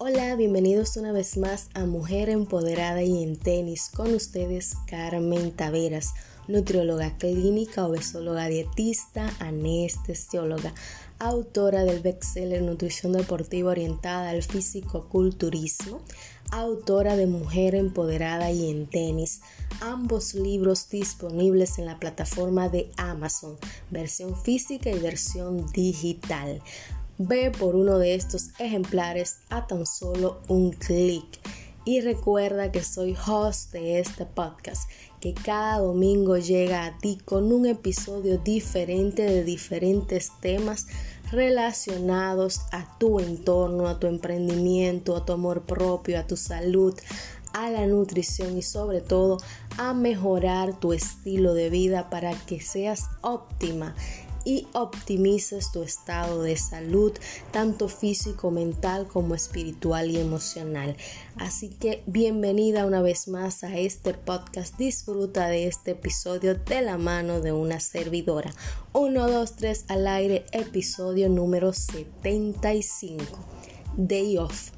Hola, bienvenidos una vez más a Mujer Empoderada y en Tenis. Con ustedes Carmen Taveras, nutrióloga clínica, obesóloga dietista, anestesióloga, autora del bestseller Nutrición Deportiva Orientada al Físico-Culturismo, autora de Mujer Empoderada y en Tenis, ambos libros disponibles en la plataforma de Amazon, versión física y versión digital. Ve por uno de estos ejemplares a tan solo un clic. Y recuerda que soy host de este podcast, que cada domingo llega a ti con un episodio diferente de diferentes temas relacionados a tu entorno, a tu emprendimiento, a tu amor propio, a tu salud, a la nutrición y sobre todo a mejorar tu estilo de vida para que seas óptima y optimices tu estado de salud, tanto físico, mental como espiritual y emocional. Así que bienvenida una vez más a este podcast. Disfruta de este episodio de la mano de una servidora. 1, 2, 3 al aire, episodio número 75. Day Off.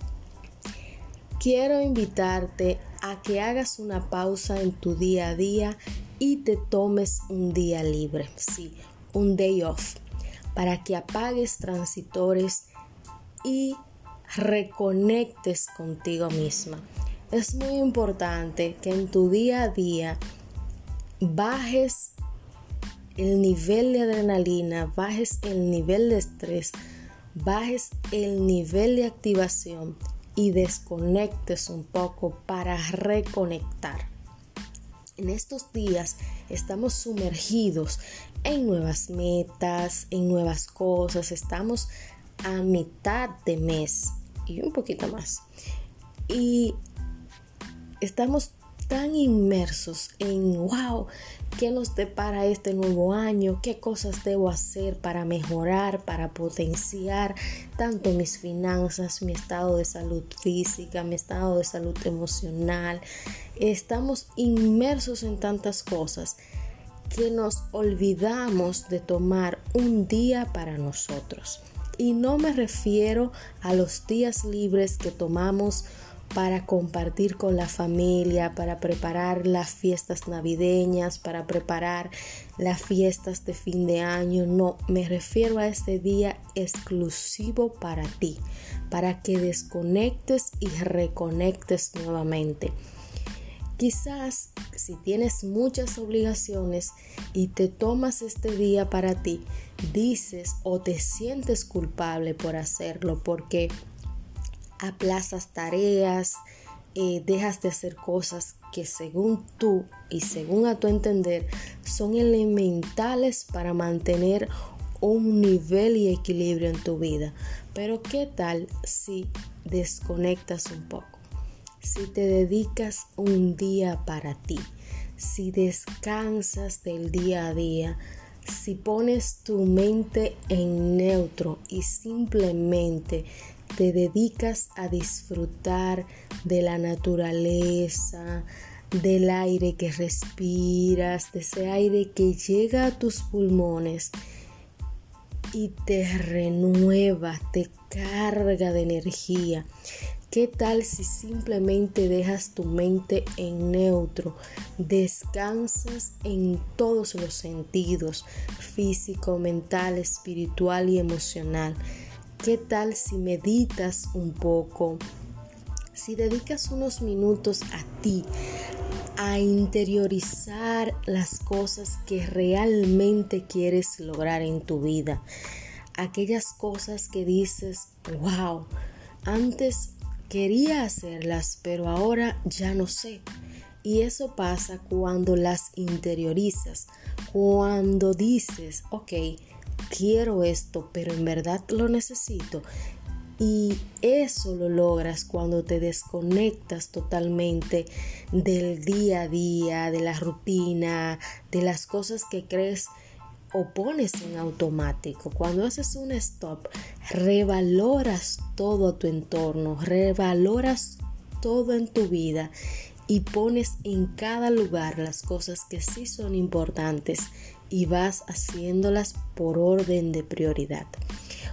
Quiero invitarte a que hagas una pausa en tu día a día y te tomes un día libre. Sí, un day off, para que apagues transitores y reconectes contigo misma. Es muy importante que en tu día a día bajes el nivel de adrenalina, bajes el nivel de estrés, bajes el nivel de activación y desconectes un poco para reconectar. En estos días estamos sumergidos en nuevas metas, en nuevas cosas. Estamos a mitad de mes y un poquito más. Y estamos tan inmersos en wow, ¿qué nos depara este nuevo año? ¿Qué cosas debo hacer para mejorar, para potenciar tanto mis finanzas, mi estado de salud física, mi estado de salud emocional? Estamos inmersos en tantas cosas que nos olvidamos de tomar un día para nosotros. Y no me refiero a los días libres que tomamos para compartir con la familia, para preparar las fiestas navideñas, para preparar las fiestas de fin de año. No, me refiero a ese día exclusivo para ti, para que desconectes y reconectes nuevamente. Quizás si tienes muchas obligaciones y te tomas este día para ti, dices o te sientes culpable por hacerlo porque aplazas tareas, dejas de hacer cosas que según tú y según a tu entender son elementales para mantener un nivel y equilibrio en tu vida. Pero ¿qué tal si desconectas un poco? Si te dedicas un día para ti, si descansas del día a día, si pones tu mente en neutro y simplemente te dedicas a disfrutar de la naturaleza, del aire que respiras, de ese aire que llega a tus pulmones y te renueva, te carga de energía. ¿Qué tal si simplemente dejas tu mente en neutro, descansas en todos los sentidos, físico, mental, espiritual y emocional? ¿Qué tal si meditas un poco? Si dedicas unos minutos a ti, a interiorizar las cosas que realmente quieres lograr en tu vida. Aquellas cosas que dices, wow, antes quería hacerlas, pero ahora ya no sé. Y eso pasa cuando las interiorizas, cuando dices, ok, quiero esto, pero en verdad lo necesito. Y eso lo logras cuando te desconectas totalmente del día a día, de la rutina, de las cosas que crees o pones en automático. Cuando haces un stop, revaloras todo a tu entorno, revaloras todo en tu vida y pones en cada lugar las cosas que sí son importantes y vas haciéndolas por orden de prioridad.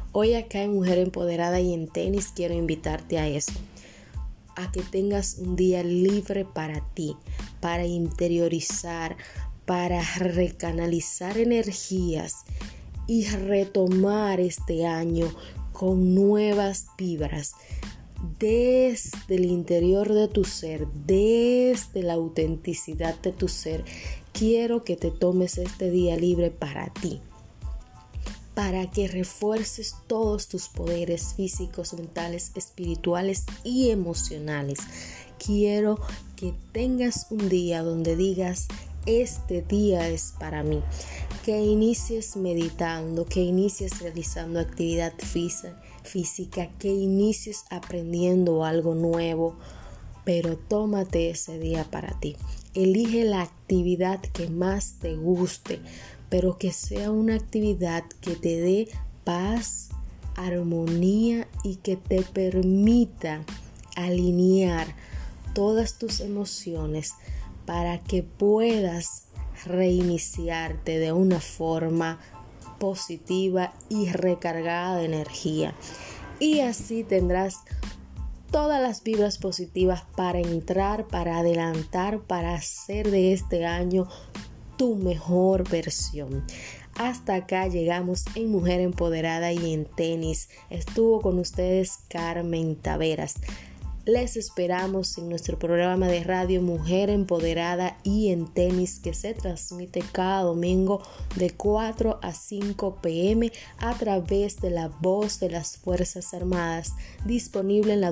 Hoy acá en Mujer Empoderada y en Tenis quiero invitarte a eso, a que tengas un día libre para ti, para interiorizar, para recanalizar energías y retomar este año con nuevas vibras. Desde el interior de tu ser, desde la autenticidad de tu ser, quiero que te tomes este día libre para ti, para que refuerces todos tus poderes físicos, mentales, espirituales y emocionales. Quiero que tengas un día donde digas: este día es para mí. Que inicies meditando, que inicies realizando actividad física, que inicies aprendiendo algo nuevo, pero tómate ese día para ti. Elige la actividad que más te guste, pero que sea una actividad que te dé paz, armonía y que te permita alinear todas tus emociones para que puedas reiniciarte de una forma positiva y recargada de energía. Y así tendrás todas las vibras positivas para entrar, para adelantar, para hacer de este año tu mejor versión. Hasta acá llegamos en Mujer Empoderada y en Tenis. Estuvo con ustedes Carmen Taveras. Les esperamos en nuestro programa de radio Mujer Empoderada y en Tenis, que se transmite cada domingo de 4 a 5 p.m. a través de la Voz de las Fuerzas Armadas, disponible en la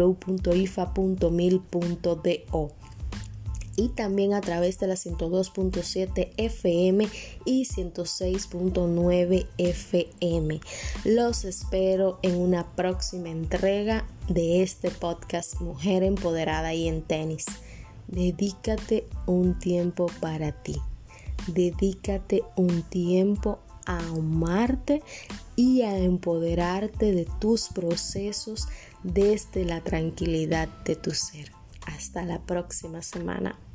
www.ifa.mil.do. y también a través de la 102.7 FM y 106.9 FM. Los espero en una próxima entrega de este podcast Mujer Empoderada y en Tenis. Dedícate un tiempo para ti. Dedícate un tiempo a amarte y a empoderarte de tus procesos desde la tranquilidad de tu ser. Hasta la próxima semana.